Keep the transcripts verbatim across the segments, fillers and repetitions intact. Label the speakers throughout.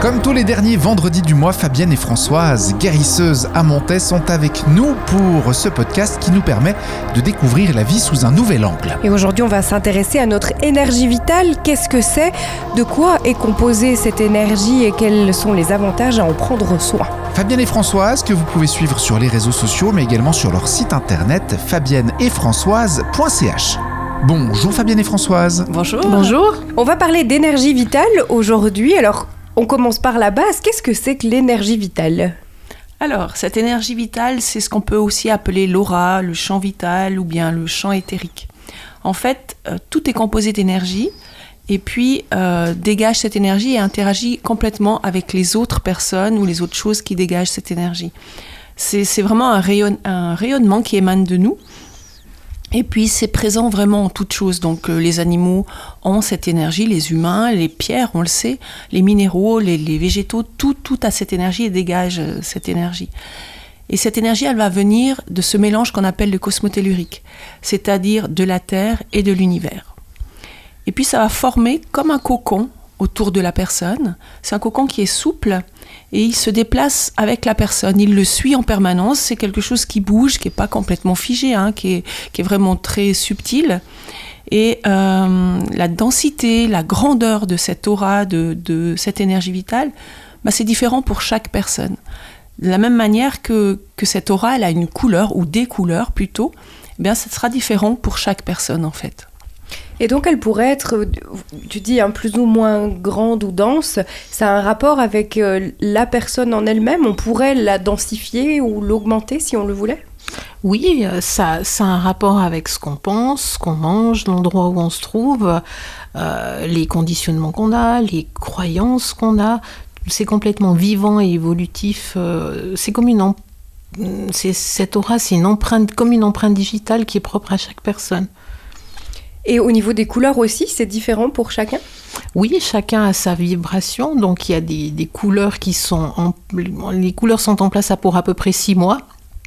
Speaker 1: Comme tous les derniers vendredis du mois, Fabienne et Françoise, guérisseuses à Montaix, sont avec nous pour ce podcast qui nous permet de découvrir la vie sous un nouvel angle.
Speaker 2: Et aujourd'hui, on va s'intéresser à notre énergie vitale. Qu'est-ce que c'est ? De quoi est composée cette énergie et quels sont les avantages à en prendre soin ?
Speaker 1: Fabienne et Françoise, que vous pouvez suivre sur les réseaux sociaux, mais également sur leur site internet fabienne et françoise point c h. Bonjour Fabienne et Françoise.
Speaker 2: Bonjour.
Speaker 3: Bonjour.
Speaker 2: On va parler d'énergie vitale aujourd'hui. Alors, on commence par la base. Qu'est-ce que c'est que l'énergie vitale ?
Speaker 3: Alors, cette énergie vitale, c'est ce qu'on peut aussi appeler l'aura, le champ vital ou bien le champ éthérique. En fait, euh, tout est composé d'énergie et puis euh, dégage cette énergie et interagit complètement avec les autres personnes ou les autres choses qui dégagent cette énergie. C'est, c'est vraiment un, rayon, un rayonnement qui émane de nous. Et puis, c'est présent vraiment en toutes choses. Donc, euh, les animaux ont cette énergie, les humains, les pierres, on le sait, les minéraux, les, les végétaux, tout, tout a cette énergie et dégage euh, cette énergie. Et cette énergie, elle va venir de ce mélange qu'on appelle le cosmotellurique, c'est-à-dire de la Terre et de l'univers. Et puis, ça va former comme un cocon autour de la personne. C'est un cocon qui est souple et il se déplace avec la personne. Il le suit en permanence. C'est quelque chose qui bouge, qui n'est pas complètement figé, hein, qui est, qui est vraiment très subtil. Et euh, la densité, la grandeur de cette aura, de, de cette énergie vitale, bah, c'est différent pour chaque personne. De la même manière que, que cette aura, elle a une couleur, ou des couleurs plutôt, eh bien, ça sera différent pour chaque personne en fait.
Speaker 2: Et donc elle pourrait être, tu dis, hein, plus ou moins grande ou dense, ça a un rapport avec euh, la personne en elle-même, on pourrait la densifier ou l'augmenter si on le voulait ?
Speaker 4: Oui, ça, ça a un rapport avec ce qu'on pense, ce qu'on mange, l'endroit où on se trouve, euh, les conditionnements qu'on a, les croyances qu'on a, c'est complètement vivant et évolutif, euh, c'est comme une empreinte, c'est, cette aura, c'est une empreinte, comme une empreinte digitale qui est propre à chaque personne.
Speaker 2: Et au niveau des couleurs aussi, c'est différent pour chacun ?
Speaker 4: Oui, chacun a sa vibration. Donc, il y a des, des couleurs qui sont... En, les couleurs sont en place pour à peu près six mois.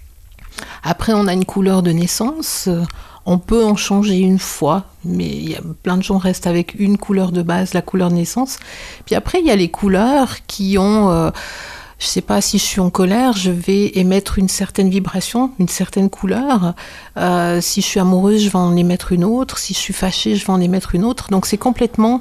Speaker 4: Après, on a une couleur de naissance. On peut en changer une fois, mais il y a, plein de gens restent avec une couleur de base, la couleur de naissance. Puis après, il y a les couleurs qui ont... Euh, je ne sais pas, si je suis en colère, je vais émettre une certaine vibration, une certaine couleur. Euh, si je suis amoureuse, je vais en émettre une autre. Si je suis fâchée, je vais en émettre une autre. Donc c'est complètement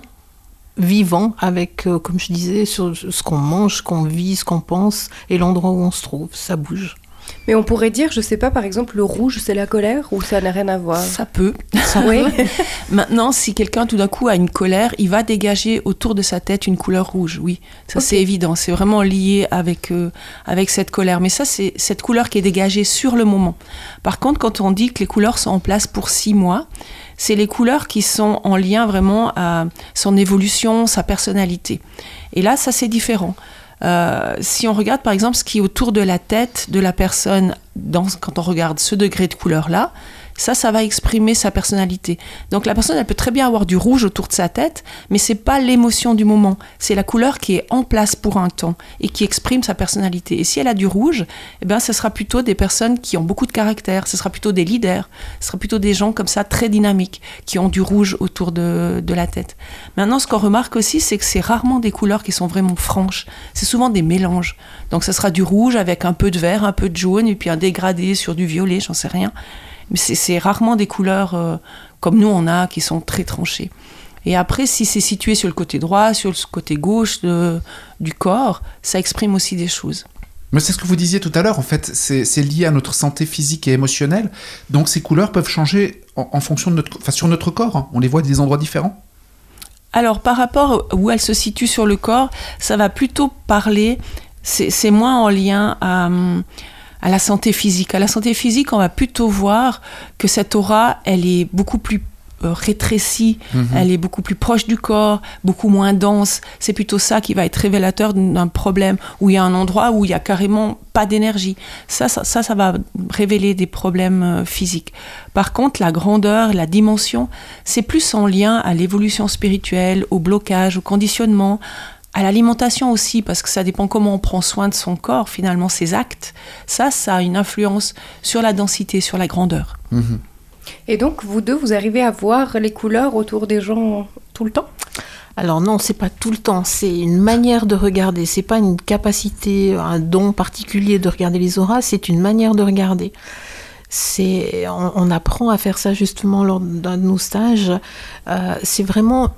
Speaker 4: vivant avec, euh, comme je disais, sur ce qu'on mange, ce qu'on vit, ce qu'on pense et l'endroit où on se trouve. Ça bouge.
Speaker 2: Mais on pourrait dire, je sais pas, par exemple, le rouge, c'est la colère ou ça n'a rien à voir ?
Speaker 3: Ça peut.
Speaker 2: Ça oui.
Speaker 3: Maintenant, si quelqu'un tout d'un coup a une colère, il va dégager autour de sa tête une couleur rouge, oui. Ça, okay. C'est évident. C'est vraiment lié avec, euh, avec cette colère. Mais ça, c'est cette couleur qui est dégagée sur le moment. Par contre, quand on dit que les couleurs sont en place pour six mois, c'est les couleurs qui sont en lien vraiment à son évolution, sa personnalité. Et là, ça, c'est différent. Euh, si on regarde par exemple ce qui est autour de la tête de la personne, dans, quand on regarde ce degré de couleur-là, ça, ça va exprimer sa personnalité. Donc la personne, elle peut très bien avoir du rouge autour de sa tête, mais c'est pas l'émotion du moment. C'est la couleur qui est en place pour un temps et qui exprime sa personnalité. Et si elle a du rouge, eh ben, ce sera plutôt des personnes qui ont beaucoup de caractère, ce sera plutôt des leaders, ce sera plutôt des gens comme ça très dynamiques, qui ont du rouge autour de, de la tête. Maintenant, ce qu'on remarque aussi, c'est que c'est rarement des couleurs qui sont vraiment franches. C'est souvent des mélanges. Donc ça sera du rouge avec un peu de vert, un peu de jaune, et puis un dégradé sur du violet, j'en sais rien. Mais c'est, c'est rarement des couleurs euh, comme nous on a, qui sont très tranchées. Et après, si c'est situé sur le côté droit, sur le côté gauche de, du corps, ça exprime aussi des choses.
Speaker 1: Mais c'est ce que vous disiez tout à l'heure, en fait, c'est, c'est lié à notre santé physique et émotionnelle. Donc ces couleurs peuvent changer en, en fonction de notre, enfin, sur notre corps, hein. On les voit à des endroits différents.
Speaker 3: Alors, par rapport où elles se situent sur le corps, ça va plutôt parler, c'est, c'est moins en lien à... à la santé physique. À la santé physique, on va plutôt voir que cette aura, elle est beaucoup plus euh, rétrécie, mmh. Elle est beaucoup plus proche du corps, beaucoup moins dense. C'est plutôt ça qui va être révélateur d'un problème où il y a un endroit où il y a carrément pas d'énergie. Ça, ça, ça, ça va révéler des problèmes euh, physiques. Par contre, la grandeur, la dimension, c'est plus en lien à l'évolution spirituelle, au blocage, au conditionnement, à l'alimentation aussi, parce que ça dépend comment on prend soin de son corps, finalement, ses actes. Ça, ça a une influence sur la densité, sur la grandeur.
Speaker 1: Mmh.
Speaker 2: Et donc, vous deux, vous arrivez à voir les couleurs autour des gens tout le temps ?
Speaker 4: Alors non, c'est pas tout le temps, c'est une manière de regarder, c'est pas une capacité, un don particulier de regarder les auras, c'est une manière de regarder. C'est, on, on apprend à faire ça justement lors d'un de nos stages. Euh, c'est vraiment,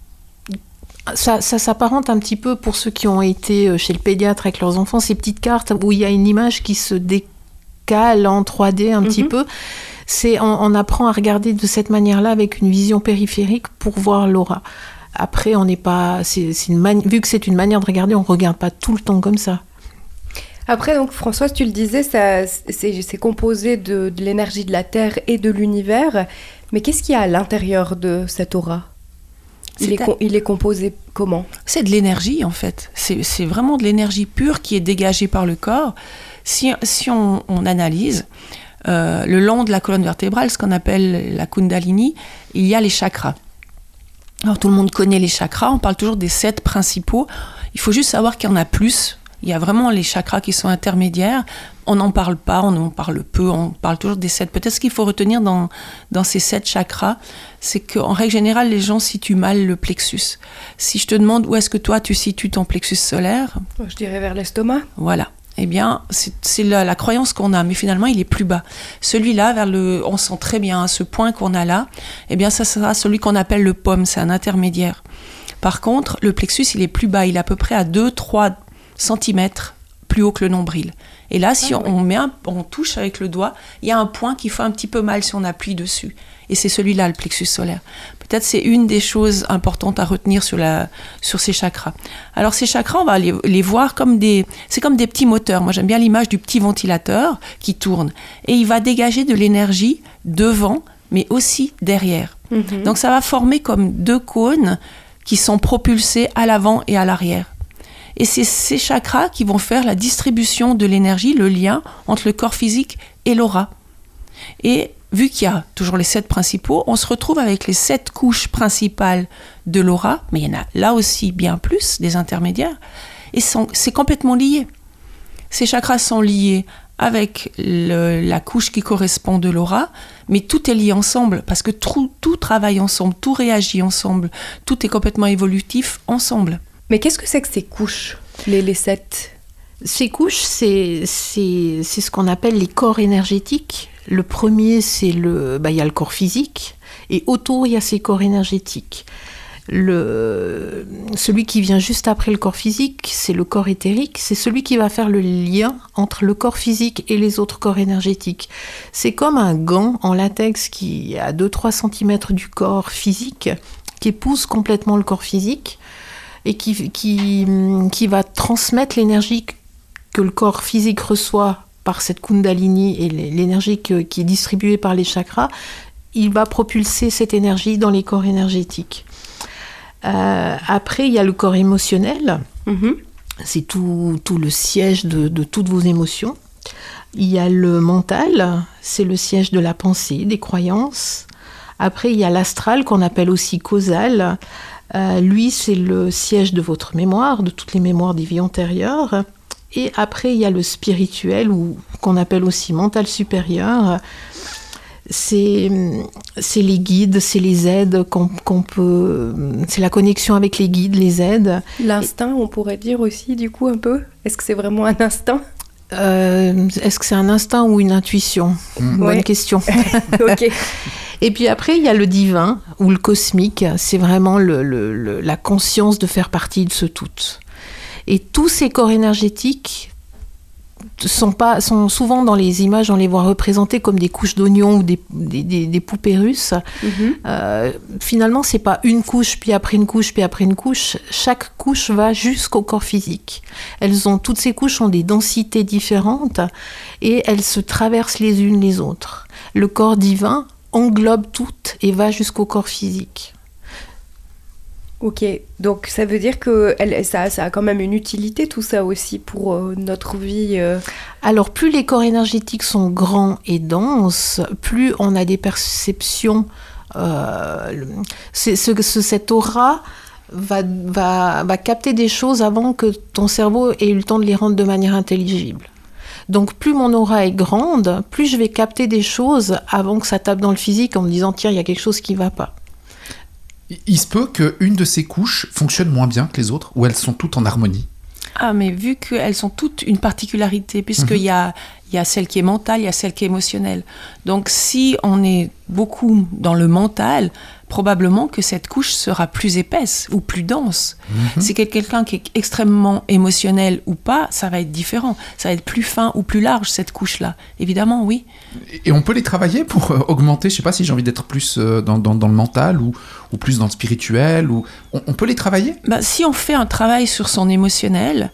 Speaker 4: ça, ça s'apparente un petit peu pour ceux qui ont été chez le pédiatre avec leurs enfants, ces petites cartes où il y a une image qui se décale en trois D un mm-hmm. petit peu. C'est, on, on apprend à regarder de cette manière-là avec une vision périphérique pour voir l'aura. Après, on n'est pas, c'est, c'est une mani- vu que c'est une manière de regarder, on ne regarde pas tout le temps comme ça.
Speaker 2: Après, donc, Françoise, tu le disais, ça, c'est, c'est composé de, de l'énergie de la Terre et de l'univers. Mais qu'est-ce qu'il y a à l'intérieur de cette aura ? il est, à... il est composé comment ?
Speaker 3: C'est de l'énergie, en fait. C'est, c'est vraiment de l'énergie pure qui est dégagée par le corps. Si, si on, on analyse, euh, le long de la colonne vertébrale, ce qu'on appelle la Kundalini, il y a les chakras. Alors tout le monde connaît les chakras, on parle toujours des sept principaux. Il faut juste savoir qu'il y en a plus. Il y a vraiment les chakras qui sont intermédiaires. On n'en parle pas, on en parle peu, on parle toujours des sept. Peut-être ce qu'il faut retenir dans, dans ces sept chakras, c'est qu'en règle générale, les gens situent mal le plexus. Si je te demande où est-ce que toi tu situes ton plexus solaire ?
Speaker 2: Je dirais vers l'estomac.
Speaker 3: Voilà. Eh bien, c'est, c'est la, la croyance qu'on a, mais finalement, il est plus bas. Celui-là, vers le, on sent très bien, hein, ce point qu'on a là, eh bien, ça sera celui qu'on appelle le paume, c'est un intermédiaire. Par contre, le plexus, il est plus bas, il est à peu près à deux à trois centimètres plus haut que le nombril. Et là, si ah, on, oui. on, met un, on touche avec le doigt, il y a un point qui fait un petit peu mal si on appuie dessus. Et c'est celui-là, le plexus solaire. Peut-être c'est une des choses importantes à retenir sur, la, sur ces chakras. Alors ces chakras, on va les, les voir comme des... C'est comme des petits moteurs. Moi, j'aime bien l'image du petit ventilateur qui tourne. Et il va dégager de l'énergie devant, mais aussi derrière. Mm-hmm. Donc ça va former comme deux cônes qui sont propulsés à l'avant et à l'arrière. Et c'est ces chakras qui vont faire la distribution de l'énergie, le lien entre le corps physique et l'aura. Et vu qu'il y a toujours les sept principaux, on se retrouve avec les sept couches principales de l'aura, mais il y en a là aussi bien plus, des intermédiaires, et sont, c'est complètement lié. Ces chakras sont liés avec le, la couche qui correspond de l'aura, mais tout est lié ensemble, parce que tout, tout travaille ensemble, tout réagit ensemble, tout est complètement évolutif ensemble.
Speaker 2: Mais qu'est-ce que c'est que ces couches, les, les sept ?
Speaker 4: Ces couches, c'est, c'est, c'est ce qu'on appelle les corps énergétiques. Le premier, c'est le, bah, y a le corps physique, et autour, il y a ces corps énergétiques. Le, celui qui vient juste après le corps physique, c'est le corps éthérique. C'est celui qui va faire le lien entre le corps physique et les autres corps énergétiques. C'est comme un gant en latex qui est à deux à trois centimètres du corps physique, qui épouse complètement le corps physique, et qui, qui, qui va transmettre l'énergie que le corps physique reçoit par cette Kundalini et l'énergie que, qui est distribuée par les chakras. Il va propulser cette énergie dans les corps énergétiques. Euh, après, il y a le corps émotionnel. Mm-hmm. C'est tout, tout le siège de, de toutes vos émotions. Il y a le mental, c'est le siège de la pensée, des croyances. Après, il y a l'astral, qu'on appelle aussi causal. Euh, lui, c'est le siège de votre mémoire, de toutes les mémoires des vies antérieures. Et après, il y a le spirituel, ou qu'on appelle aussi mental supérieur. C'est, c'est les guides, c'est les aides qu'on, qu'on peut... C'est la connexion avec les guides, les aides.
Speaker 2: L'instinct, on pourrait dire aussi, du coup, un peu. Est-ce que c'est vraiment un instinct ?
Speaker 4: euh, Est-ce que c'est un instinct ou une intuition ? mmh. Bonne ouais. question.
Speaker 2: Ok.
Speaker 4: Et puis après, il y a le divin, ou le cosmique. C'est vraiment le, le, le, la conscience de faire partie de ce tout. Et tous ces corps énergétiques sont, pas, sont souvent dans les images, on les voit représentés comme des couches d'oignons ou des, des, des, des poupées russes. Mm-hmm. Euh, finalement, c'est pas une couche, puis après une couche, puis après une couche. Chaque couche va jusqu'au corps physique. Elles ont, toutes ces couches ont des densités différentes et elles se traversent les unes les autres. Le corps divin englobe toutes et va jusqu'au corps physique.
Speaker 2: Ok, donc ça veut dire que elle, ça, ça a quand même une utilité tout ça aussi pour euh, notre vie. Euh...
Speaker 4: Alors plus les corps énergétiques sont grands et denses, plus on a des perceptions. Euh, c'est, ce, ce, cette aura va, va, va capter des choses avant que ton cerveau ait eu le temps de les rendre de manière intelligible. Donc plus mon aura est grande, plus je vais capter des choses avant que ça tape dans le physique en me disant tiens, il y a quelque chose qui ne va pas.
Speaker 1: Il se peut qu'une de ces couches fonctionne moins bien que les autres, ou elles sont toutes en harmonie?
Speaker 3: Ah, mais vu qu'elles sont toutes une particularité, puisqu'il mm-hmm. y a, il y a celle qui est mentale, il y a celle qui est émotionnelle. Donc, si on est beaucoup dans le mental, probablement que cette couche sera plus épaisse ou plus dense. Mm-hmm. Si quelqu'un qui est extrêmement émotionnel ou pas, ça va être différent. Ça va être plus fin ou plus large, cette couche-là. Évidemment, oui.
Speaker 1: Et on peut les travailler pour euh, augmenter, je sais pas si j'ai envie d'être plus euh, dans, dans, dans le mental ou, ou plus dans le spirituel. Ou... On, on peut les travailler?
Speaker 3: Bah, si on fait un travail sur son émotionnel,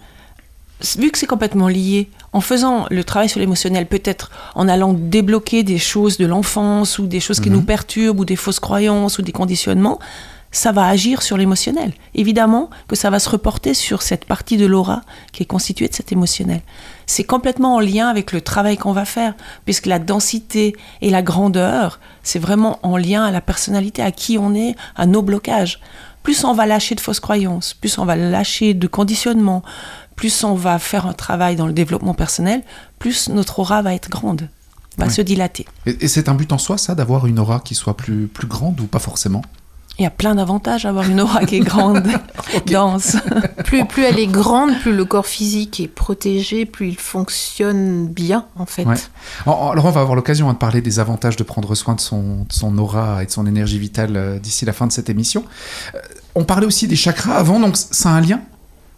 Speaker 3: vu que c'est complètement lié, en faisant le travail sur l'émotionnel, peut-être en allant débloquer des choses de l'enfance ou des choses qui mmh. nous perturbent ou des fausses croyances ou des conditionnements, ça va agir sur l'émotionnel. Évidemment que ça va se reporter sur cette partie de l'aura qui est constituée de cet émotionnel. C'est complètement en lien avec le travail qu'on va faire, puisque la densité et la grandeur, c'est vraiment en lien à la personnalité, à qui on est, à nos blocages. Plus on va lâcher de fausses croyances, plus on va lâcher de conditionnements, plus on va faire un travail dans le développement personnel, plus notre aura va être grande, va oui. se dilater.
Speaker 1: Et, et c'est un but en soi, ça, d'avoir une aura qui soit plus, plus grande ou pas forcément?
Speaker 3: Il y a plein d'avantages à avoir une aura qui est grande, okay. dense.
Speaker 4: Plus, plus elle est grande, plus le corps physique est protégé, plus il fonctionne bien, en fait.
Speaker 1: Ouais. Alors, on va avoir l'occasion hein, de parler des avantages de prendre soin de son, de son aura et de son énergie vitale euh, d'ici la fin de cette émission. Euh, on parlait aussi des chakras avant, donc ça a un lien?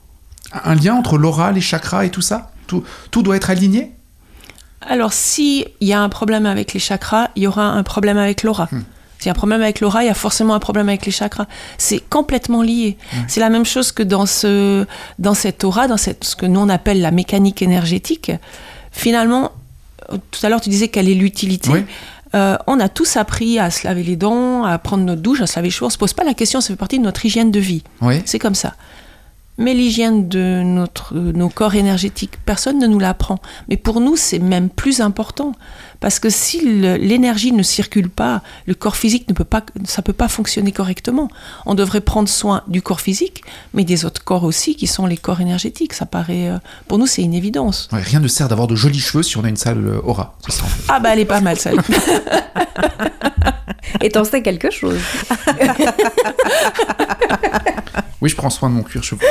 Speaker 1: Un lien entre l'aura, les chakras et tout ça? Tout, tout doit être aligné?
Speaker 3: Alors, s'il y a un problème avec les chakras, il y aura un problème avec l'aura. Hmm. S'il y a un problème avec l'aura, il y a forcément un problème avec les chakras. C'est complètement lié. Hmm. C'est la même chose que dans, ce, dans cette aura, dans cette, ce que nous on appelle la mécanique énergétique. Finalement, tout à l'heure tu disais quelle est l'utilité. Oui. Euh, on a tous appris à se laver les dents, à prendre notre douche, à se laver les cheveux. On ne se pose pas la question, ça fait partie de notre hygiène de vie. Oui. C'est comme ça. Mais l'hygiène de notre, euh, nos corps énergétiques, personne ne nous l'apprend. Mais pour nous, c'est même plus important. Parce que si le, l'énergie ne circule pas, le corps physique ne peut pas, ça ne peut pas fonctionner correctement. On devrait prendre soin du corps physique, mais des autres corps aussi, qui sont les corps énergétiques. Ça paraît, euh, pour nous, c'est une évidence.
Speaker 1: Ouais, rien ne sert d'avoir de jolis cheveux si on a une sale euh, aura. C'est ça, en fait.
Speaker 3: Ah bah elle est pas mal, celle.
Speaker 2: Et t'en sais quelque chose.
Speaker 1: Oui, je prends soin de mon cuir chevelu.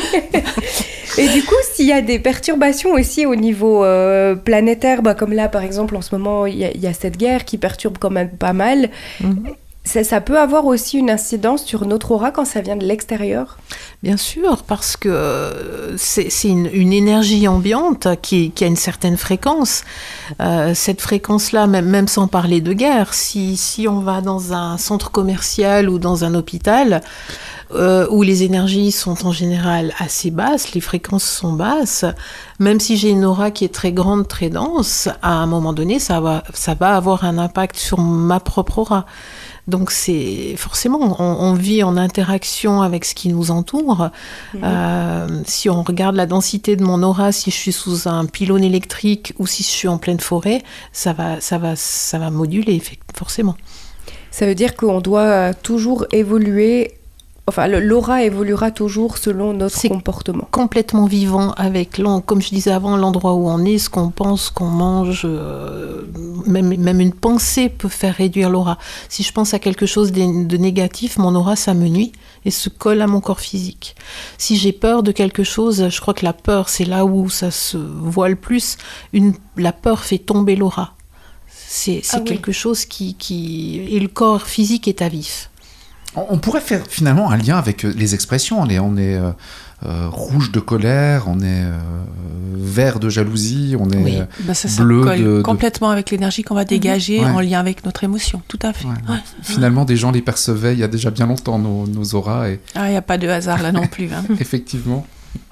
Speaker 2: Et du coup, s'il y a des perturbations aussi au niveau euh, planétaire, bah, comme là, par exemple, en ce moment, il y, y a cette guerre qui perturbe quand même pas mal. Mm-hmm. Ça, ça peut avoir aussi une incidence sur notre aura quand ça vient de l'extérieur?
Speaker 4: Bien sûr, parce que c'est, c'est une, une énergie ambiante qui, qui a une certaine fréquence. Euh, cette fréquence-là, même, même sans parler de guerre, si, si on va dans un centre commercial ou dans un hôpital, euh, où les énergies sont en général assez basses, les fréquences sont basses, même si j'ai une aura qui est très grande, très dense, à un moment donné, ça va, ça va avoir un impact sur ma propre aura. Donc c'est forcément, on, on vit en interaction avec ce qui nous entoure. Mmh. Euh, si on regarde la densité de mon aura, si je suis sous un pylône électrique ou si je suis en pleine forêt, ça va, ça va, ça va moduler forcément.
Speaker 2: Ça veut dire qu'on doit toujours évoluer. Enfin, l'aura évoluera toujours selon notre c'est comportement.
Speaker 4: Complètement vivant avec, comme je disais avant, l'endroit où on est, ce qu'on pense, ce qu'on mange. Euh, même, même une pensée peut faire réduire l'aura. Si je pense à quelque chose de, de négatif, mon aura, ça me nuit et se colle à mon corps physique. Si j'ai peur de quelque chose, je crois que la peur, c'est là où ça se voit le plus. Une, la peur fait tomber l'aura. C'est, c'est ah quelque oui. chose qui, qui... Et le corps physique est à vif.
Speaker 1: On pourrait faire finalement un lien avec les expressions. On est, on est euh, euh, rouge de colère, on est euh, vert de jalousie, on est oui. bah ça, ça bleu colle de,
Speaker 3: complètement
Speaker 1: de...
Speaker 3: avec l'énergie qu'on va dégager ouais. en lien avec notre émotion. Tout à fait. Ouais, ouais. Ouais.
Speaker 1: Finalement, des gens les percevaient il y a déjà bien longtemps, nos, nos auras. Et...
Speaker 3: Ah, il n'y a pas de hasard là non plus. Hein.
Speaker 1: Effectivement.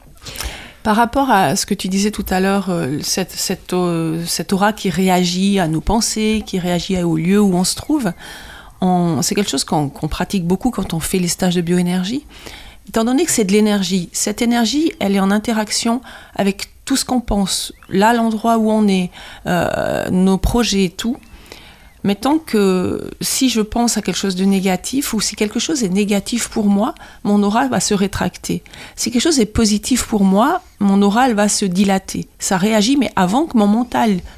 Speaker 3: Par rapport à ce que tu disais tout à l'heure, euh, cette, cette, euh, cette aura qui réagit à nos pensées, qui réagit au lieu où on se trouve, On, c'est quelque chose qu'on, qu'on pratique beaucoup quand on fait les stages de bioénergie. Étant donné que c'est de l'énergie, cette énergie, elle est en interaction avec tout ce qu'on pense. Là, l'endroit où on est, euh, nos projets et tout. Mettons que si je pense à quelque chose de négatif ou si quelque chose est négatif pour moi, mon aura va se rétracter. Si quelque chose est positif pour moi, mon aura elle va se dilater. Ça réagit, mais avant que mon mental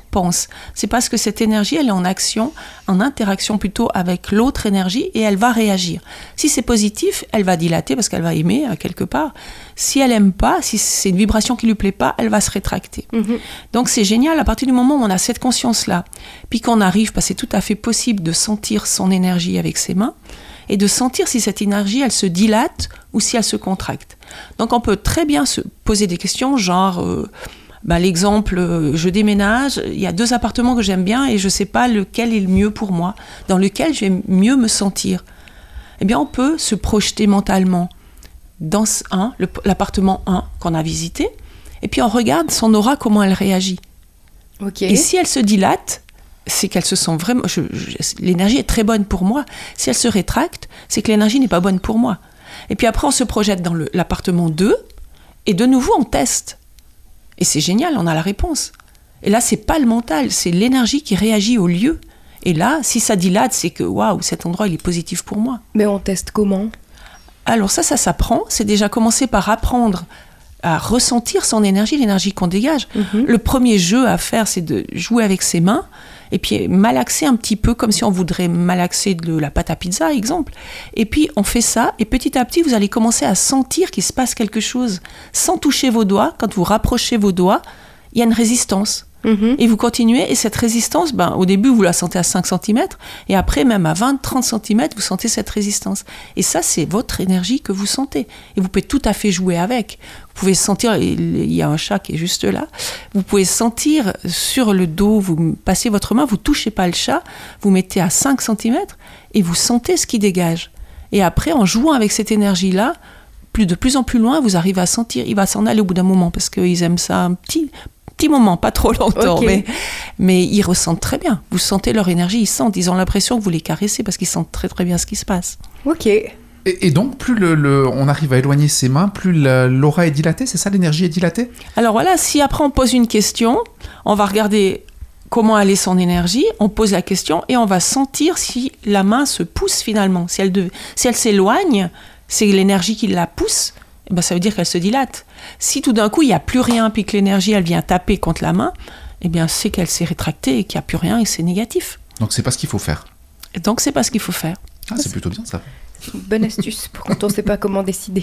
Speaker 3: pense. C'est parce que cette énergie, elle est en action, en interaction plutôt avec l'autre énergie et elle va réagir. Si c'est positif, elle va dilater parce qu'elle va aimer quelque part. Si elle aime pas, si c'est une vibration qui lui plaît pas, elle va se rétracter. Mm-hmm. Donc c'est génial à partir du moment où on a cette conscience-là, puis qu'on arrive, parce que c'est tout à fait possible de sentir son énergie avec ses mains et de sentir si cette énergie, elle se dilate ou si elle se contracte. Donc on peut très bien se poser des questions genre... Euh, Bah, l'exemple, euh, je déménage, il y a deux appartements que j'aime bien et je ne sais pas lequel est le mieux pour moi, dans lequel je vais mieux me sentir. Eh bien, on peut se projeter mentalement dans un, le, l'appartement un qu'on a visité, et puis on regarde son aura, comment elle réagit.
Speaker 2: Okay.
Speaker 3: Et si elle se dilate, c'est qu'elle se sent vraiment... Je, je, l'énergie est très bonne pour moi. Si elle se rétracte, c'est que l'énergie n'est pas bonne pour moi. Et puis après, on se projette dans le, l'appartement deux, et de nouveau, on teste. Et c'est génial, on a la réponse. Et là, c'est pas le mental, c'est l'énergie qui réagit au lieu. Et là, si ça dilate, c'est que waouh, cet endroit, il est positif pour moi.
Speaker 2: Mais on teste comment ?
Speaker 3: Alors ça, ça s'apprend. C'est déjà commencer par apprendre à ressentir son énergie, l'énergie qu'on dégage. Mm-hmm. Le premier jeu à faire, c'est de jouer avec ses mains et puis malaxer un petit peu, comme si on voudrait malaxer de la pâte à pizza, exemple. Et puis, on fait ça, et petit à petit, vous allez commencer à sentir qu'il se passe quelque chose. Sans toucher vos doigts, quand vous rapprochez vos doigts, il y a une résistance. Mm-hmm. Et vous continuez, et cette résistance, ben, au début, vous la sentez à cinq centimètres, et après, même à vingt à trente centimètres, vous sentez cette résistance. Et ça, c'est votre énergie que vous sentez. Et vous pouvez tout à fait jouer avec. Vous pouvez sentir, il y a un chat qui est juste là, vous pouvez sentir sur le dos, vous passez votre main, vous ne touchez pas le chat, vous mettez à cinq centimètres, et vous sentez ce qui dégage. Et après, en jouant avec cette énergie-là, plus de plus en plus loin, vous arrivez à sentir, il va s'en aller au bout d'un moment, parce qu'ils aiment ça un petit... petit moment, pas trop longtemps, okay. mais, mais ils ressentent très bien. Vous sentez leur énergie, ils sentent, ils ont l'impression que vous les caressez parce qu'ils sentent très très bien ce qui se passe.
Speaker 2: Ok.
Speaker 1: Et, et donc, plus le, le, on arrive à éloigner ses mains, plus la, l'aura est dilatée, c'est ça, l'énergie est dilatée ?
Speaker 3: Alors voilà, si après on pose une question, on va regarder comment elle est son énergie, on pose la question et on va sentir si la main se pousse finalement. Si elle, de, si elle s'éloigne, c'est l'énergie qui la pousse. Ben, ça veut dire qu'elle se dilate. Si tout d'un coup, il n'y a plus rien, puis que l'énergie, elle vient taper contre la main, eh bien, c'est qu'elle s'est rétractée et qu'il n'y a plus rien et c'est négatif.
Speaker 1: Donc, c'est pas ce qu'il faut faire.
Speaker 3: Et donc, c'est pas ce qu'il faut faire.
Speaker 1: Ah, c'est plutôt bien, ça.
Speaker 2: C'est une bonne astuce pour quand on ne sait pas comment décider.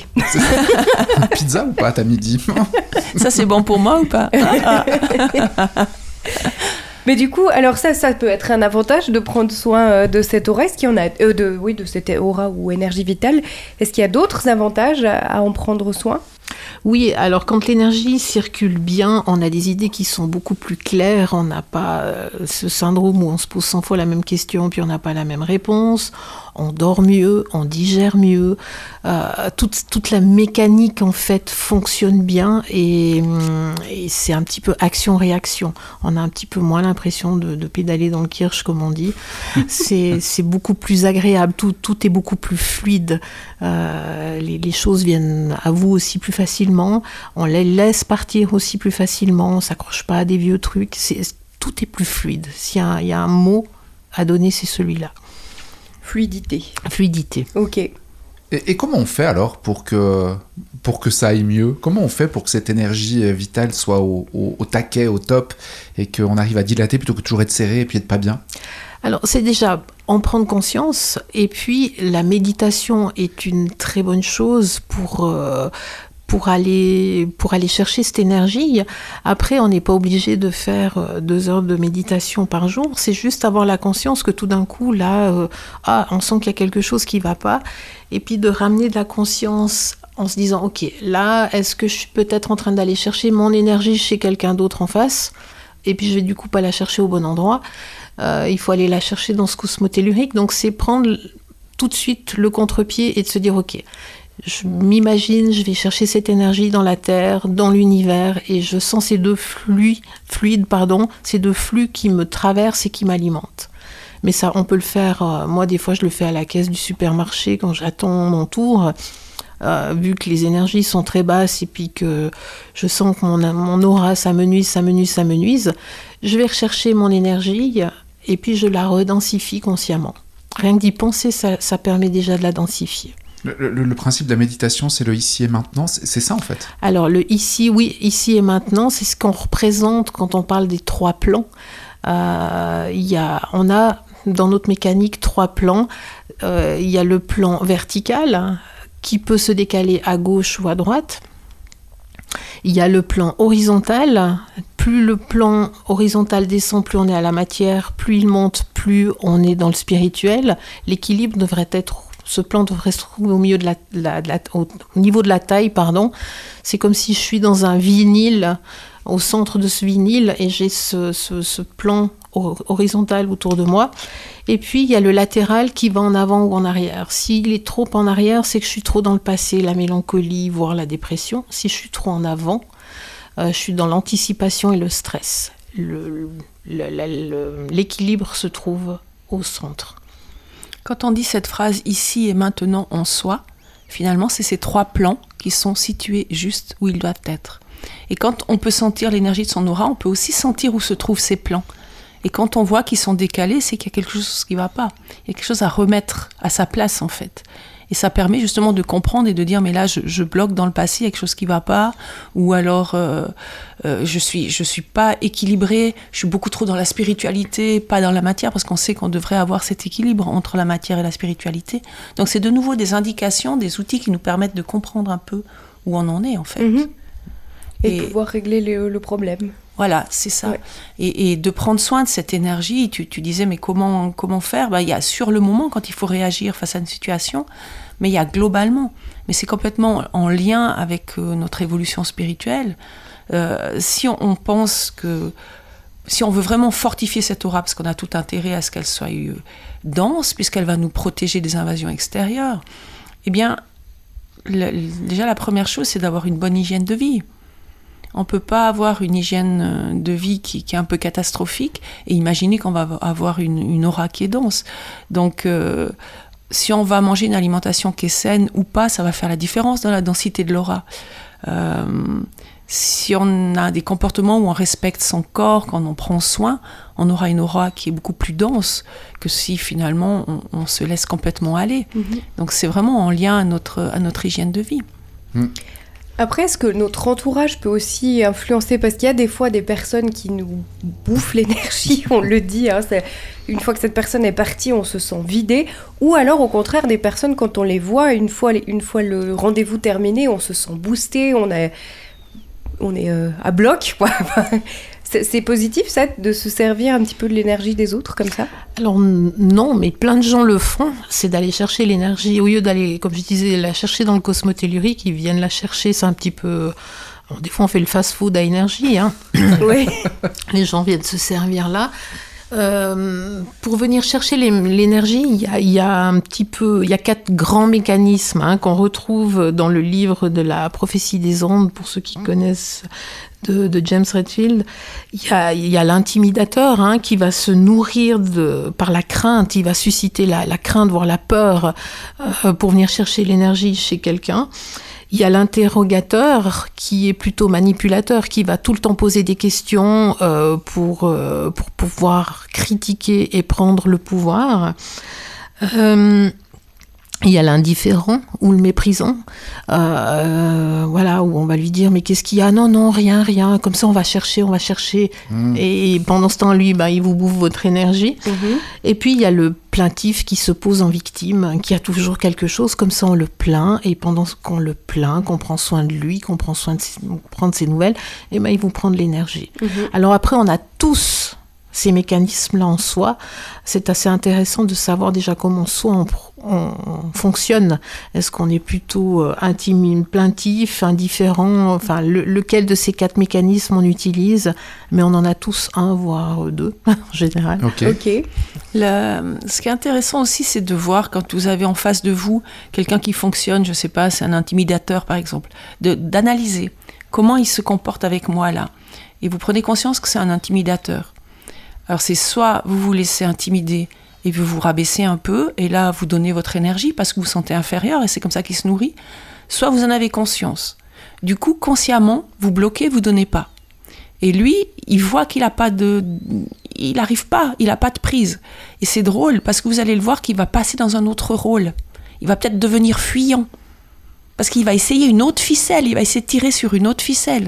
Speaker 1: Pizza ou pas, à midi ?
Speaker 3: Ça, c'est bon pour moi ou pas ?
Speaker 2: Mais du coup, alors ça, ça peut être un avantage de prendre soin de cette aura. Est-ce qu'il y en a, euh, de, oui, de cette aura ou énergie vitale. Est-ce qu'il y a d'autres avantages à, à en prendre soin ?
Speaker 4: Oui, alors quand l'énergie circule bien, on a des idées qui sont beaucoup plus claires. On n'a pas euh, ce syndrome où on se pose cent fois la même question puis on n'a pas la même réponse. On dort mieux, on digère mieux. Euh, toute, toute la mécanique, en fait, fonctionne bien et, et c'est un petit peu action-réaction. On a un petit peu moins l'impression de, de pédaler dans le kirsch, comme on dit. C'est, c'est beaucoup plus agréable, tout, tout est beaucoup plus fluide. Euh, les, les choses viennent à vous aussi plus facilement. On les laisse partir aussi plus facilement. On ne s'accroche pas à des vieux trucs. C'est, tout est plus fluide. S'il y a, il y a un mot à donner, c'est celui-là.
Speaker 2: Fluidité.
Speaker 4: Fluidité.
Speaker 2: Ok.
Speaker 1: Et, et comment on fait alors pour que, pour que ça aille mieux ? Comment on fait pour que cette énergie vitale soit au, au, au taquet, au top, et qu'on arrive à dilater plutôt que toujours être serré et puis être pas bien ?
Speaker 4: Alors, c'est déjà en prendre conscience, et puis la méditation est une très bonne chose pour... Euh, pour aller, pour aller chercher cette énergie. Après, on n'est pas obligé de faire deux heures de méditation par jour. C'est juste avoir la conscience que tout d'un coup, là, euh, ah, on sent qu'il y a quelque chose qui ne va pas. Et puis de ramener de la conscience en se disant, ok, là, est-ce que je suis peut-être en train d'aller chercher mon énergie chez quelqu'un d'autre en face ? Et puis je vais du coup pas la chercher au bon endroit. Euh, il faut aller la chercher dans ce cosmos tellurique. Donc c'est prendre tout de suite le contre-pied et de se dire, ok, je m'imagine, je vais chercher cette énergie dans la Terre, dans l'univers, et je sens ces deux flux, fluides, pardon, ces deux flux qui me traversent et qui m'alimentent. Mais ça, on peut le faire, euh, moi des fois je le fais à la caisse du supermarché quand j'attends mon tour, euh, vu que les énergies sont très basses et puis que je sens que mon, mon aura s'amenuise, s'amenuise, s'amenuise, je vais rechercher mon énergie et puis je la redensifie consciemment. Rien que d'y penser, ça, ça permet déjà de la densifier.
Speaker 1: Le, le, le principe de la méditation, c'est le ici et maintenant, c'est, c'est ça en fait ?
Speaker 4: Alors le ici, oui, ici et maintenant, c'est ce qu'on représente quand on parle des trois plans. Euh, y a, on a dans notre mécanique trois plans. Euh, il y a le plan vertical hein, qui peut se décaler à gauche ou à droite. Il y a le plan horizontal. Plus le plan horizontal descend, plus on est à la matière. Plus il monte, plus on est dans le spirituel. L'équilibre devrait être... Ce plan devrait se trouver au, milieu de la, la, de la, au, au niveau de la taille. Pardon. C'est comme si je suis dans un vinyle, au centre de ce vinyle, et j'ai ce, ce, ce plan horizontal autour de moi. Et puis, il y a le latéral qui va en avant ou en arrière. S'il est trop en arrière, c'est que je suis trop dans le passé, la mélancolie, voire la dépression. Si je suis trop en avant, euh, je suis dans l'anticipation et le stress. Le, le, le, le, l'équilibre se trouve au centre.
Speaker 3: Quand on dit cette phrase « ici et maintenant en soi », finalement, c'est ces trois plans qui sont situés juste où ils doivent être. Et quand on peut sentir l'énergie de son aura, on peut aussi sentir où se trouvent ces plans. Et quand on voit qu'ils sont décalés, c'est qu'il y a quelque chose qui ne va pas. Il y a quelque chose à remettre à sa place, en fait. Et ça permet justement de comprendre et de dire, mais là, je, je bloque dans le passé, il y a quelque chose qui ne va pas. Ou alors, euh, euh, je ne suis, je suis pas équilibrée, je suis beaucoup trop dans la spiritualité, pas dans la matière, parce qu'on sait qu'on devrait avoir cet équilibre entre la matière et la spiritualité. Donc, c'est de nouveau des indications, des outils qui nous permettent de comprendre un peu où on en est, en fait.
Speaker 2: Mm-hmm. Et, et pouvoir
Speaker 3: et,
Speaker 2: régler le, le problème.
Speaker 3: Voilà, c'est ça.
Speaker 2: Ouais.
Speaker 3: Et, et de prendre soin de cette énergie, tu, tu disais, mais comment, comment faire ? Ben, il y a sur le moment, quand il faut réagir face à une situation, mais il y a globalement. Mais c'est complètement en lien avec euh, notre évolution spirituelle. Euh, si on, on pense que... Si on veut vraiment fortifier cette aura, parce qu'on a tout intérêt à ce qu'elle soit euh, dense, puisqu'elle va nous protéger des invasions extérieures, eh bien, le, déjà la première chose, c'est d'avoir une bonne hygiène de vie. On ne peut pas avoir une hygiène de vie qui, qui est un peu catastrophique et imaginer qu'on va avoir une, une aura qui est dense. Donc, euh, si on va manger une alimentation qui est saine ou pas, ça va faire la différence dans la densité de l'aura. Euh, si on a des comportements où on respecte son corps, quand on prend soin, on aura une aura qui est beaucoup plus dense que si finalement on, on se laisse complètement aller. Mm-hmm. Donc, c'est vraiment en lien à notre, à notre hygiène de vie.
Speaker 1: Mm.
Speaker 2: Après, est-ce que notre entourage peut aussi influencer ? Parce qu'il y a des fois des personnes qui nous bouffent l'énergie, on le dit. Hein, c'est... Une fois que cette personne est partie, on se sent vidé. Ou alors, au contraire, des personnes, quand on les voit, une fois, une fois le rendez-vous terminé, on se sent boosté, on est, on est euh, à bloc, quoi. C'est, c'est positif, ça, de se servir un petit peu de l'énergie des autres, comme ça ?
Speaker 4: Alors non, mais plein de gens le font. C'est d'aller chercher l'énergie. Au lieu d'aller, comme je disais, la chercher dans le cosmotellurique, ils viennent la chercher, c'est un petit peu... Bon, des fois, on fait le fast-food à énergie. Hein.
Speaker 2: Oui.
Speaker 4: Les gens viennent se servir là. Euh, pour venir chercher les, l'énergie, il y a, il y a un petit peu, il y a quatre grands mécanismes hein, qu'on retrouve dans le livre de la prophétie des ondes, pour ceux qui connaissent de, de James Redfield. Il y a, il y a l'intimidateur hein, qui va se nourrir de, par la crainte, il va susciter la, la crainte, voire la peur, euh, pour venir chercher l'énergie chez quelqu'un. Il y a l'interrogateur qui est plutôt manipulateur, qui va tout le temps poser des questions euh, pour, euh, pour pouvoir critiquer et prendre le pouvoir. Euh, il y a l'indifférent ou le méprisant, euh, voilà, où on va lui dire « mais qu'est-ce qu'il y a ? Non, non, rien, rien. » Comme ça, on va chercher, on va chercher. Mmh. Et pendant ce temps, lui, bah, il vous bouffe votre énergie. Mmh. Et puis, il y a le plaintif qui se pose en victime, qui a toujours quelque chose, comme ça, on le plaint. Et pendant qu'on le plaint, qu'on prend soin de lui, qu'on prend soin de ses, prend de ses nouvelles, et ben, il vous prend de l'énergie. Mmh. Alors après, on a tous ces mécanismes-là en soi. C'est assez intéressant de savoir déjà comment soi on, on, on fonctionne. Est-ce qu'on est plutôt euh, intime, plaintif, indifférent, enfin le, lequel de ces quatre mécanismes on utilise, mais on en a tous un, voire deux en général.
Speaker 2: Ok. okay.
Speaker 3: Le, ce qui est intéressant aussi, c'est de voir quand vous avez en face de vous quelqu'un qui fonctionne, je ne sais pas, c'est un intimidateur par exemple, de, d'analyser comment il se comporte avec moi là. Et vous prenez conscience que c'est un intimidateur. Alors c'est soit vous vous laissez intimider et vous vous rabaissez un peu, et là vous donnez votre énergie parce que vous vous sentez inférieur et c'est comme ça qu'il se nourrit, soit vous en avez conscience. Du coup, consciemment, vous bloquez, vous donnez pas. Et lui, il voit qu'il a pas de... Il n'arrive pas, il n'a pas de prise. Et c'est drôle parce que vous allez le voir qu'il va passer dans un autre rôle. Il va peut-être devenir fuyant parce qu'il va essayer une autre ficelle, il va essayer de tirer sur une autre ficelle.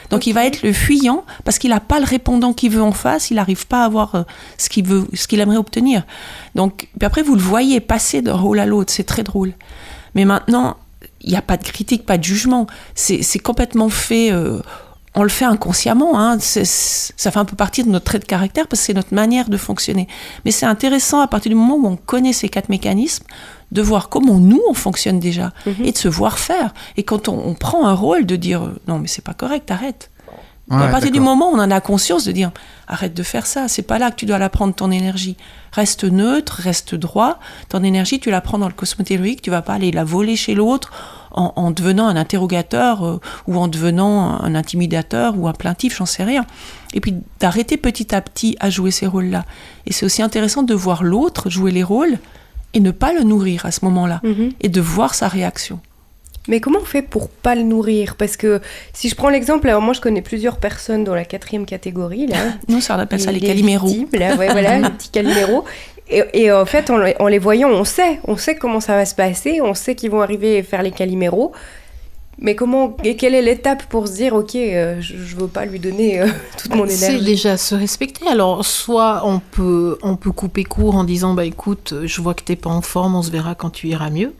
Speaker 3: Donc okay. il va être le fuyant parce qu'il n'a pas le répondant qu'il veut en face, il n'arrive pas à avoir euh, ce qu'il veut, ce qu'il aimerait obtenir. Donc puis après vous le voyez passer d'un rôle à l'autre, c'est très drôle. Mais maintenant, il n'y a pas de critique, pas de jugement. C'est, c'est complètement fait... Euh, on le fait inconsciemment, hein. c'est, ça fait un peu partie de notre trait de caractère parce que c'est notre manière de fonctionner. Mais c'est intéressant à partir du moment où on connaît ces quatre mécanismes, de voir comment nous on fonctionne déjà mm-hmm. et de se voir faire. Et quand on, on prend un rôle de dire « non mais c'est pas correct, arrête ». Ouais, à partir d'accord. du moment où on en a conscience de dire « arrête de faire ça, c'est pas là que tu dois la prendre ton énergie. Reste neutre, reste droit, ton énergie tu la prends dans le cosmotellurique, tu vas pas aller la voler chez l'autre ». En, en devenant un interrogateur euh, ou en devenant un intimidateur ou un plaintif, j'en sais rien. Et puis d'arrêter petit à petit à jouer ces rôles-là. Et c'est aussi intéressant de voir l'autre jouer les rôles et ne pas le nourrir à ce moment-là. Mm-hmm. Et de voir sa réaction.
Speaker 2: Mais comment on fait pour pas le nourrir ? Parce que si je prends l'exemple, alors moi je connais plusieurs personnes dans la quatrième catégorie. Là.
Speaker 3: Nous, ça on appelle ça les, les caliméros.
Speaker 2: Victimes, là, ouais, voilà, les petits caliméros. Et, et en fait, en, en les voyant, on sait, on sait comment ça va se passer, on sait qu'ils vont arriver à faire les caliméros. Mais comment, et quelle est l'étape pour se dire, ok, euh, je, je veux pas lui donner euh, toute mon énergie ?
Speaker 4: C'est déjà se respecter. Alors, soit on peut, on peut couper court en disant, bah écoute, je vois que t'es pas en forme, on se verra quand tu iras mieux.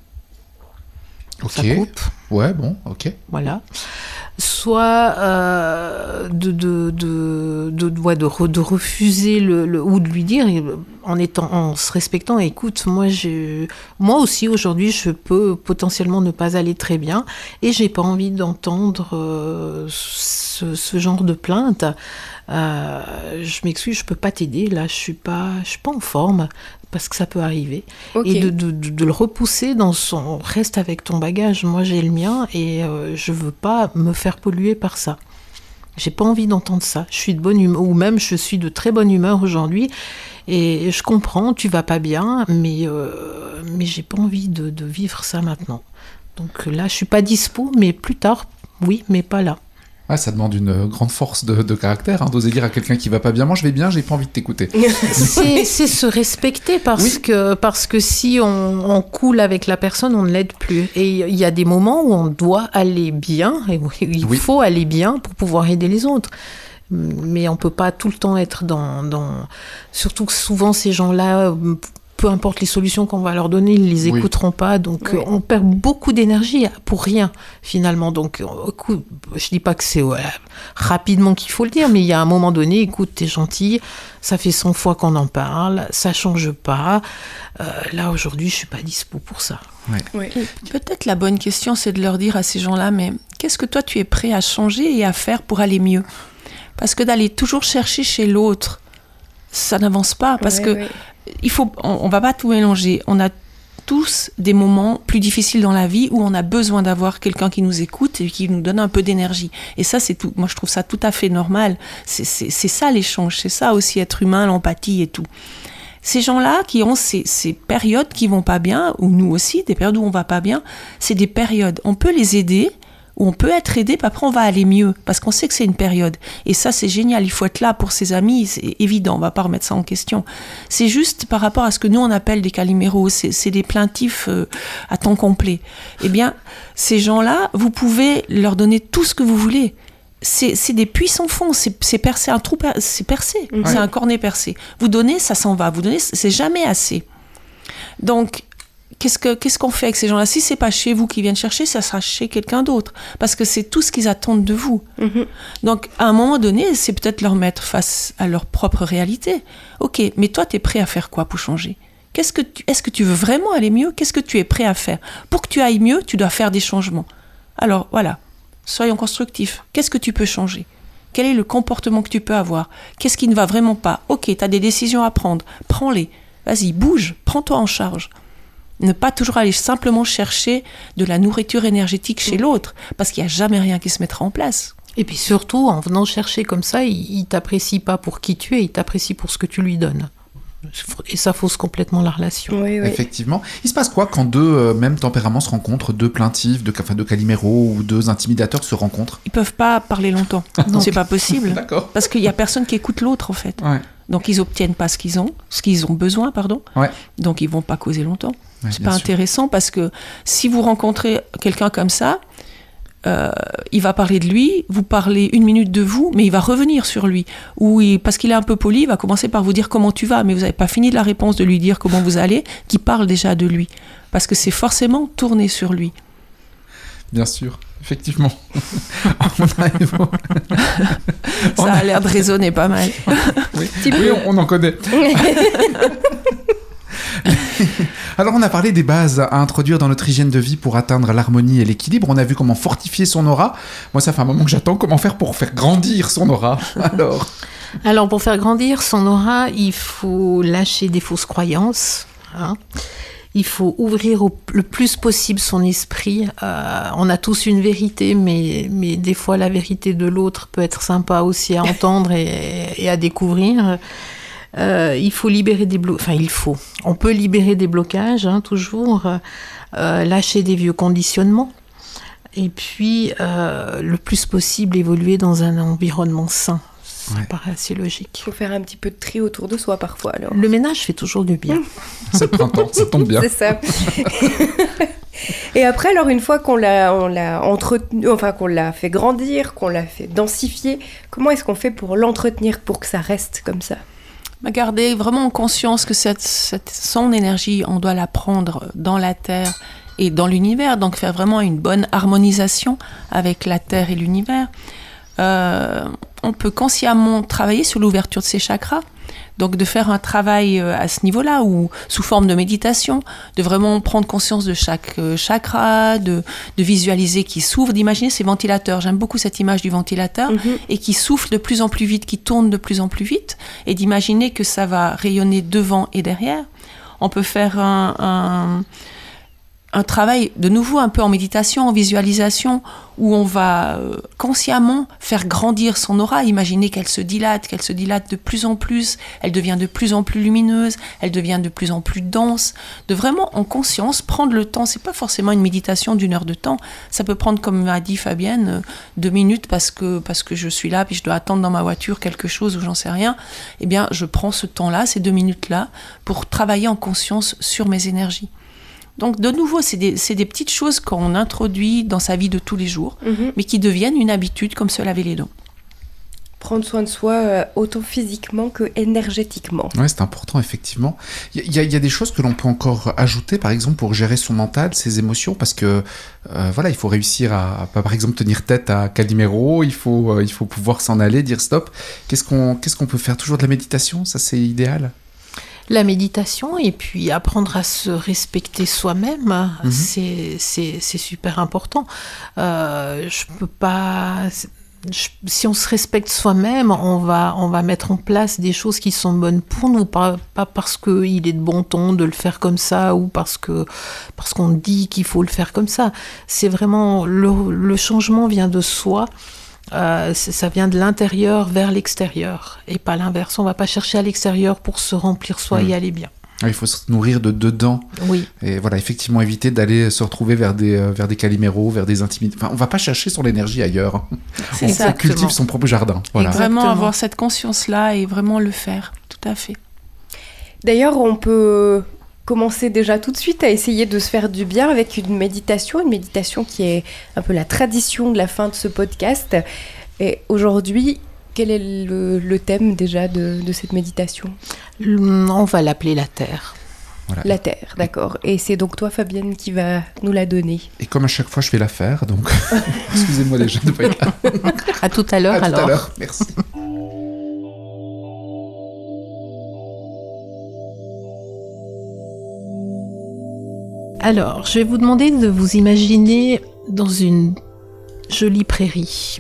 Speaker 1: Ok.
Speaker 4: Ça coupe.
Speaker 1: Ouais, bon, ok.
Speaker 4: Voilà. Soit euh, de, de, de, de, ouais, de, re, de refuser le, le, ou de lui dire en, étant, en se respectant, écoute, moi, je, moi aussi aujourd'hui je peux potentiellement ne pas aller très bien et j'ai pas envie d'entendre euh, ce, ce genre de plainte. Euh, je m'excuse, je peux pas t'aider, là je suis pas, je suis pas en forme. Parce que ça peut arriver. Okay. Et de, de, de, de le repousser dans son... Reste avec ton bagage, moi j'ai le mien et euh, je veux pas me faire polluer par ça. J'ai pas envie d'entendre ça. Je suis de bonne humeur, ou même je suis de très bonne humeur aujourd'hui et je comprends, tu vas pas bien, mais, euh, mais j'ai pas envie de, de vivre ça maintenant. Donc là, je suis pas dispo, mais plus tard, oui, mais pas là.
Speaker 1: Ouais, ça demande une grande force de, de caractère, hein, d'oser dire à quelqu'un qui va pas bien, moi je vais bien, j'ai pas envie de t'écouter.
Speaker 4: c'est, c'est se respecter parce, oui. que, parce que si on, on coule avec la personne, on ne l'aide plus. Et il y a des moments où on doit aller bien, et il oui. faut aller bien pour pouvoir aider les autres. Mais on peut pas tout le temps être dans... dans... Surtout que souvent ces gens-là... peu importe les solutions qu'on va leur donner, ils ne les écouteront oui. pas. Donc, oui. on perd beaucoup d'énergie pour rien, finalement. Donc, écoute, je ne dis pas que c'est ouais, rapidement qu'il faut le dire, mais il y a un moment donné, écoute, t'es gentil, ça fait cent fois qu'on en parle, ça ne change pas. Euh, là, aujourd'hui, je ne suis pas dispo pour ça.
Speaker 3: Oui. Oui. Peut-être la bonne question, c'est de leur dire à ces gens-là, mais qu'est-ce que toi, tu es prêt à changer et à faire pour aller mieux ? Parce que d'aller toujours chercher chez l'autre, ça n'avance pas, parce oui, que... Oui. Il faut, on ne va pas tout mélanger. On a tous des moments plus difficiles dans la vie où on a besoin d'avoir quelqu'un qui nous écoute et qui nous donne un peu d'énergie. Et ça, c'est tout. Moi, je trouve ça tout à fait normal. C'est, c'est, c'est ça l'échange. C'est ça aussi être humain, l'empathie et tout. Ces gens-là qui ont ces, ces périodes qui vont pas bien, ou nous aussi, des périodes où on va pas bien, c'est des périodes. On peut les aider, où on peut être aidé, puis après on va aller mieux, parce qu'on sait que c'est une période. Et ça, c'est génial, il faut être là pour ses amis, c'est évident, on va pas remettre ça en question. C'est juste par rapport à ce que nous, on appelle des caliméros, c'est, c'est des plaintifs euh, à temps complet. Eh bien, ces gens-là, vous pouvez leur donner tout ce que vous voulez. C'est, c'est des puits sans fond, c'est, c'est percé, un trou, per- c'est percé, ouais. C'est un cornet percé. Vous donnez, ça s'en va, vous donnez, c'est jamais assez. Donc, Qu'est-ce, que, qu'est-ce qu'on fait avec ces gens-là ? Si c'est pas chez vous qu'ils viennent chercher, ça sera chez quelqu'un d'autre. Parce que c'est tout ce qu'ils attendent de vous. Mm-hmm. Donc, à un moment donné, c'est peut-être leur mettre face à leur propre réalité. Ok, mais toi, t'es prêt à faire quoi pour changer ? Qu'est-ce que tu, est-ce que tu veux vraiment aller mieux ? Qu'est-ce que tu es prêt à faire ? Pour que tu ailles mieux, tu dois faire des changements. Alors, voilà, soyons constructifs. Qu'est-ce que tu peux changer ? Quel est le comportement que tu peux avoir ? Qu'est-ce qui ne va vraiment pas ? Ok, t'as des décisions à prendre. Prends-les. Vas-y, bouge. Prends-toi en charge. Ne pas toujours aller simplement chercher de la nourriture énergétique chez l'autre, parce qu'il n'y a jamais rien qui se mettra en place.
Speaker 4: Et puis surtout, en venant chercher comme ça, il ne t'apprécie pas pour qui tu es, il t'apprécie pour ce que tu lui donnes. Et ça fausse complètement la relation.
Speaker 2: Oui, oui.
Speaker 1: Effectivement. Il se passe quoi quand deux euh, mêmes tempéraments se rencontrent, deux plaintifs, deux, enfin, deux caliméros ou deux intimidateurs se rencontrent ?
Speaker 3: Ils ne peuvent pas parler longtemps. Non, c'est pas possible.
Speaker 1: D'accord.
Speaker 3: Parce qu'il n'y a personne qui écoute l'autre, en fait.
Speaker 1: Ouais.
Speaker 3: Donc, ils n'obtiennent pas ce qu'ils ont, ce qu'ils ont besoin, pardon. Ouais. Donc, ils ne vont pas causer longtemps. Ouais, c'est pas sûr. Intéressant parce que si vous rencontrez quelqu'un comme ça, euh, il va parler de lui, vous parlez une minute de vous, mais il va revenir sur lui. Ou il, parce qu'il est un peu poli, il va commencer par vous dire comment tu vas, mais vous n'avez pas fini de la réponse de lui dire comment vous allez, qui parle déjà de lui. Parce que c'est forcément tourné sur lui.
Speaker 1: Bien sûr, effectivement. on a...
Speaker 3: Ça a l'air de résonner pas mal.
Speaker 1: Oui, oui on, on en connaît. Alors on a parlé des bases à introduire dans notre hygiène de vie pour atteindre l'harmonie et l'équilibre. On a vu comment fortifier son aura. Moi ça fait un moment que j'attends comment faire pour faire grandir son aura. Alors,
Speaker 4: Alors pour faire grandir son aura, il faut lâcher des fausses croyances. Hein. Il faut ouvrir au, le plus possible son esprit. Euh, on a tous une vérité, mais, mais des fois la vérité de l'autre peut être sympa aussi à entendre et, et à découvrir. Euh, il faut libérer des blocages, enfin il faut, on peut libérer des blocages, hein, toujours, euh, lâcher des vieux conditionnements, et puis euh, le plus possible évoluer dans un environnement sain. Ça ouais. paraît assez logique.
Speaker 2: Il faut faire un petit peu de tri autour de soi parfois alors.
Speaker 4: Le ménage fait toujours du bien.
Speaker 1: C'est le printemps, ça tombe bien.
Speaker 2: C'est ça. Et après, alors une fois qu'on l'a, on l'a entretenu, enfin qu'on l'a fait grandir, qu'on l'a fait densifier, comment est-ce qu'on fait pour l'entretenir pour que ça reste comme ça ?
Speaker 3: Garder vraiment en conscience que cette, cette, son énergie, on doit la prendre dans la Terre et dans l'univers, donc faire vraiment une bonne harmonisation avec la Terre et l'univers. Euh, on peut consciemment travailler sur l'ouverture de ses chakras, donc de faire un travail à ce niveau-là, ou sous forme de méditation, de vraiment prendre conscience de chaque chakra, de, de visualiser qui s'ouvre, d'imaginer ces ventilateurs. J'aime beaucoup cette image du ventilateur, mm-hmm. et qui souffle de plus en plus vite, qui tourne de plus en plus vite, et d'imaginer que ça va rayonner devant et derrière. On peut faire un, un, un travail de nouveau un peu en méditation, en visualisation, où on va euh, consciemment faire grandir son aura, imaginer qu'elle se dilate, qu'elle se dilate de plus en plus, elle devient de plus en plus lumineuse, elle devient de plus en plus dense, de vraiment en conscience prendre le temps. C'est pas forcément une méditation d'une heure de temps, ça peut prendre, comme a dit Fabienne, euh, deux minutes parce que, parce que je suis là, puis je dois attendre dans ma voiture quelque chose ou j'en sais rien. Eh bien, je prends ce temps-là, ces deux minutes-là, pour travailler en conscience sur mes énergies. Donc, de nouveau, c'est des, c'est des petites choses qu'on introduit dans sa vie de tous les jours, mmh. mais qui deviennent une habitude, comme se laver les dents.
Speaker 2: Prendre soin de soi, euh, autant physiquement que énergétiquement.
Speaker 1: Oui, c'est important, effectivement. Il y, y, y a des choses que l'on peut encore ajouter, par exemple, pour gérer son mental, ses émotions, parce que, euh, voilà, il faut réussir à, à, par exemple, tenir tête à Calimero, il faut, euh, il faut pouvoir s'en aller, dire stop. Qu'est-ce qu'on, qu'est-ce qu'on peut faire ? Toujours de la méditation ? Ça, c'est idéal ?
Speaker 4: La méditation et puis apprendre à se respecter soi-même, mmh. c'est, c'est, c'est super important. Euh, je peux pas... Je, si on se respecte soi-même, on va, on va mettre en place des choses qui sont bonnes pour nous, pas, pas parce qu'il est de bon ton de le faire comme ça ou parce, que, parce qu'on dit qu'il faut le faire comme ça. C'est vraiment... Le, le changement vient de soi. Euh, ça vient de l'intérieur vers l'extérieur et pas l'inverse. On ne va pas chercher à l'extérieur pour se remplir soi mmh. et aller bien.
Speaker 1: Il faut se nourrir de dedans.
Speaker 4: Oui.
Speaker 1: Et voilà, effectivement, éviter d'aller se retrouver vers des, euh, vers des Caliméros, vers des intimités. Enfin, on ne va pas chercher son énergie ailleurs.
Speaker 3: C'est
Speaker 1: on,
Speaker 3: ça,
Speaker 1: on cultive son propre jardin. Voilà.
Speaker 3: Et vraiment avoir cette conscience-là et vraiment le faire. Tout à fait.
Speaker 2: D'ailleurs, on peut commencer déjà tout de suite à essayer de se faire du bien avec une méditation, une méditation qui est un peu la tradition de la fin de ce podcast. Et aujourd'hui, quel est le, le thème déjà de, de cette méditation ?
Speaker 4: On va l'appeler la Terre.
Speaker 2: Voilà. La Terre, d'accord. Et c'est donc toi, Fabienne, qui va nous la donner.
Speaker 1: Et comme à chaque fois, je fais l'affaire, donc excusez-moi déjà de ne pas être là.
Speaker 4: À tout à l'heure,
Speaker 1: à
Speaker 4: alors.
Speaker 1: À tout à l'heure, merci.
Speaker 4: Alors, je vais vous demander de vous imaginer dans une jolie prairie.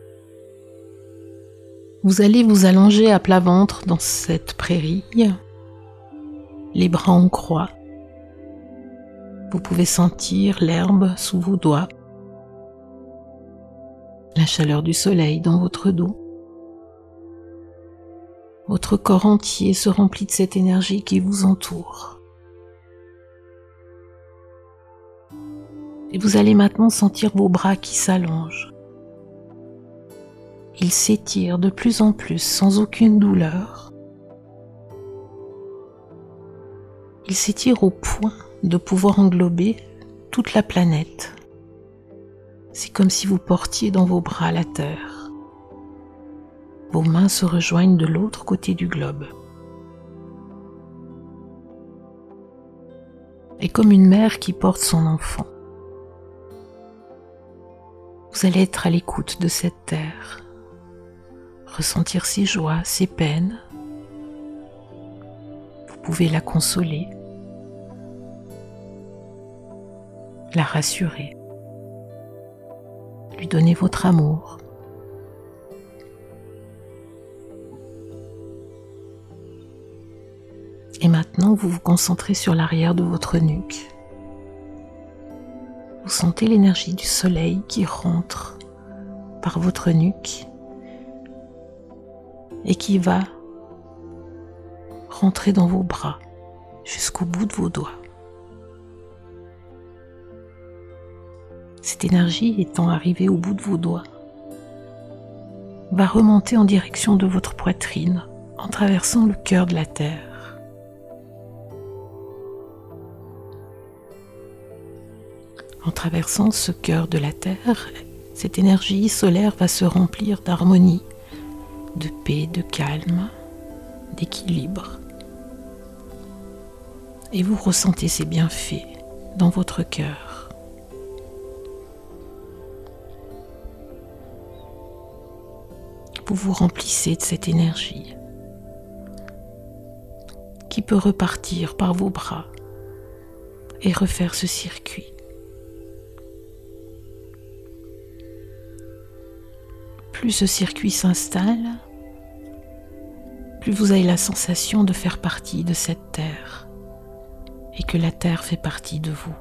Speaker 4: Vous allez vous allonger à plat ventre dans cette prairie, les bras en croix. Vous pouvez sentir l'herbe sous vos doigts, la chaleur du soleil dans votre dos. Votre corps entier se remplit de cette énergie qui vous entoure. Et vous allez maintenant sentir vos bras qui s'allongent. Ils s'étirent de plus en plus sans aucune douleur. Ils s'étirent au point de pouvoir englober toute la planète. C'est comme si vous portiez dans vos bras la terre. Vos mains se rejoignent de l'autre côté du globe. Et comme une mère qui porte son enfant, vous allez être à l'écoute de cette terre, ressentir ses joies, ses peines. Vous pouvez la consoler, la rassurer, lui donner votre amour. Et maintenant, vous vous concentrez sur l'arrière de votre nuque. Vous sentez l'énergie du soleil qui rentre par votre nuque et qui va rentrer dans vos bras jusqu'au bout de vos doigts. Cette énergie étant arrivée au bout de vos doigts, va remonter en direction de votre poitrine en traversant le cœur de la terre. En traversant ce cœur de la terre, cette énergie solaire va se remplir d'harmonie, de paix, de calme, d'équilibre. Et vous ressentez ces bienfaits dans votre cœur. Vous vous remplissez de cette énergie qui peut repartir par vos bras et refaire ce circuit. Plus ce circuit s'installe, plus vous avez la sensation de faire partie de cette terre et que la terre fait partie de vous.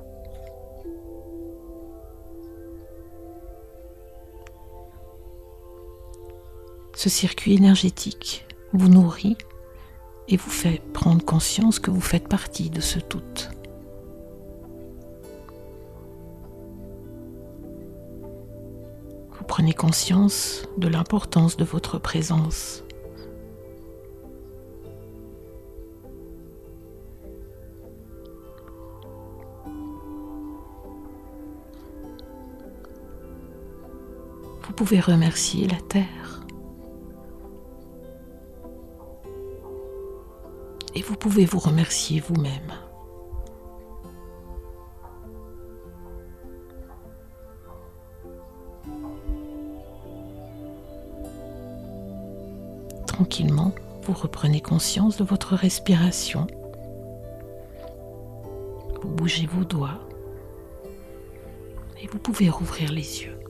Speaker 4: Ce circuit énergétique vous nourrit et vous fait prendre conscience que vous faites partie de ce tout. Vous prenez conscience de l'importance de votre présence. Vous pouvez remercier la terre. Et vous pouvez vous remercier vous-même. Tranquillement, vous reprenez conscience de votre respiration. Vous bougez vos doigts et vous pouvez rouvrir les yeux.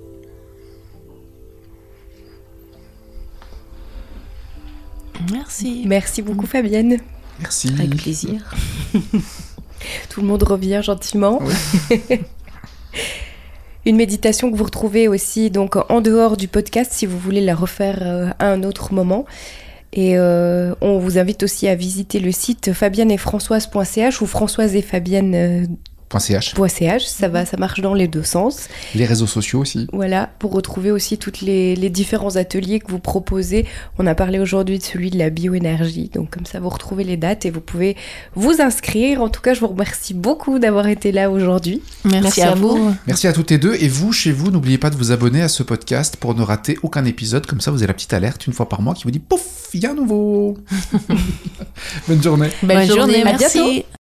Speaker 3: Merci.
Speaker 2: Merci beaucoup Fabienne.
Speaker 1: Merci.
Speaker 4: Avec plaisir.
Speaker 2: Tout le monde revient gentiment.
Speaker 1: Oui.
Speaker 2: Une méditation que vous retrouvez aussi donc en dehors du podcast si vous voulez la refaire euh, à un autre moment. Et euh, on vous invite aussi à visiter le site fabienne et françoise point c h ou françoise et fabienne euh,
Speaker 1: .ch.
Speaker 2: .ch, ça va, ça marche dans les deux sens.
Speaker 1: Les réseaux sociaux aussi.
Speaker 2: Voilà, pour retrouver aussi tous les, les différents ateliers que vous proposez. On a parlé aujourd'hui de celui de la bioénergie, donc comme ça vous retrouvez les dates et vous pouvez vous inscrire. En tout cas, je vous remercie beaucoup d'avoir été là aujourd'hui.
Speaker 3: Merci,
Speaker 4: Merci
Speaker 3: à,
Speaker 4: à
Speaker 3: vous.
Speaker 4: vous.
Speaker 1: Merci à toutes les deux. Et vous, chez vous, n'oubliez pas de vous abonner à ce podcast pour ne rater aucun épisode. Comme ça, vous avez la petite alerte une fois par mois qui vous dit « Pouf, il y a un nouveau !» Bonne journée.
Speaker 3: Bonne, Bonne journée,
Speaker 2: journée, à
Speaker 3: merci.
Speaker 2: bientôt.